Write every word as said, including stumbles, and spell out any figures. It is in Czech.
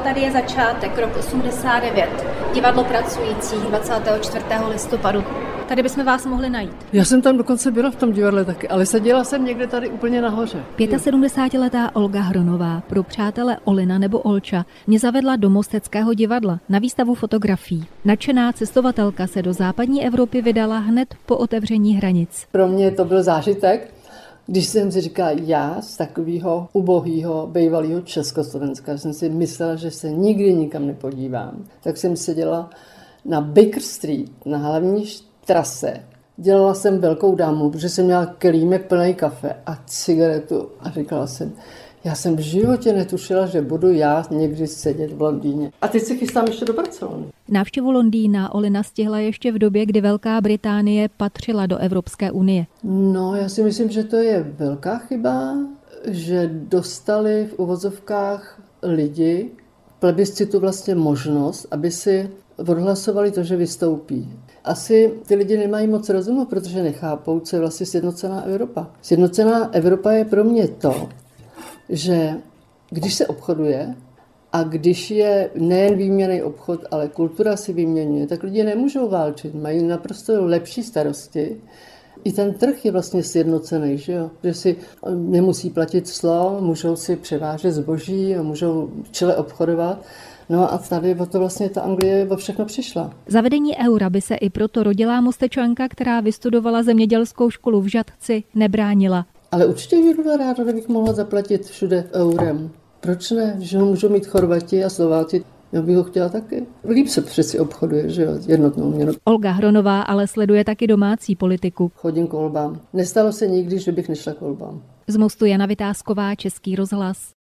Tady je začátek, rok osmdesát devět, divadlo pracujících dvacátého čtvrtého listopadu. Tady bychom vás mohli najít. Já jsem tam dokonce byla v tom divadle taky, ale seděla jsem někde tady úplně nahoře. sedmdesátiletá Olga Hronová pro přátele Olina nebo Olča mě zavedla do Mosteckého divadla na výstavu fotografií. Nadšená cestovatelka se do západní Evropy vydala hned po otevření hranic. Pro mě to byl zážitek, když jsem si říkala, já z takového ubohého, bývalého Československa, jsem si myslela, že se nikdy nikam nepodívám. Tak jsem seděla na Baker Street, na hlavní trase. Dělala jsem velkou dámu, protože jsem měla kelímek plný kafe a cigaretu a říkala jsem, já jsem v životě netušila, že budu já někdy sedět v Londýně. A teď se chystám ještě do Barcelony. Návštěvu Londýna Olina stihla ještě v době, kdy Velká Británie patřila do Evropské unie. No, já si myslím, že to je velká chyba, že dostali v uvozovkách lidi plebiscitu vlastně možnost, aby si odhlasovali to, že vystoupí. Asi ty lidi nemají moc rozumu, protože nechápou, co je vlastně sjednocená Evropa. Sjednocená Evropa je pro mě to, že když se obchoduje a když je nejen výměnný obchod, ale kultura si vyměňuje, tak lidi nemůžou válčit, mají naprosto lepší starosti. I ten trh je vlastně sjednocený, že jo? Že si nemusí platit clo, můžou si převážet zboží a můžou čile obchodovat. No a tady o to vlastně ta Anglie o všechno přišla. Zavedení eura by se i proto rodilá Mostečanka, která vystudovala zemědělskou školu v Žatci, nebránila. Ale určitě bych byla ráda, kdybych mohla zaplatit všude eurem. Proč ne? Že ho můžou mít Chorvati a Slováci. Já bych ho chtěla taky. Líp se přeci obchoduje, že jo, jednotnou měnu. Olga Hronová ale sleduje taky domácí politiku. Chodím k volbám. Nestalo se nikdy, že bych nešla k volbám. Z Mostu Jana Vytázková, Český rozhlas.